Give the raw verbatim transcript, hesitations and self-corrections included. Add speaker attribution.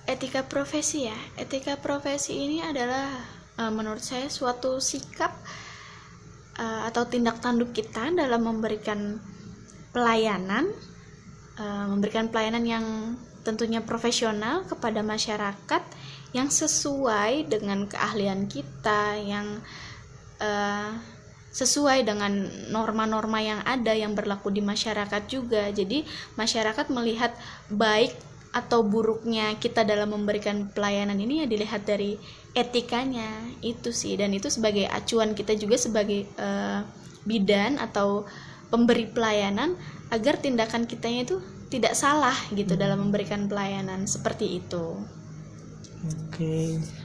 Speaker 1: etika profesi ya. Etika profesi ini adalah uh, menurut saya suatu sikap uh, atau tindak tanduk kita dalam memberikan pelayanan, uh, memberikan pelayanan yang tentunya profesional kepada masyarakat, yang sesuai dengan keahlian kita, yang uh, sesuai dengan norma-norma yang ada yang berlaku di masyarakat juga. Jadi masyarakat melihat baik atau buruknya kita dalam memberikan pelayanan ini ya dilihat dari etikanya itu sih, dan itu sebagai acuan kita juga sebagai uh, bidan atau pemberi pelayanan agar tindakan kitanya itu tidak salah gitu hmm. dalam memberikan pelayanan seperti itu.
Speaker 2: Oke.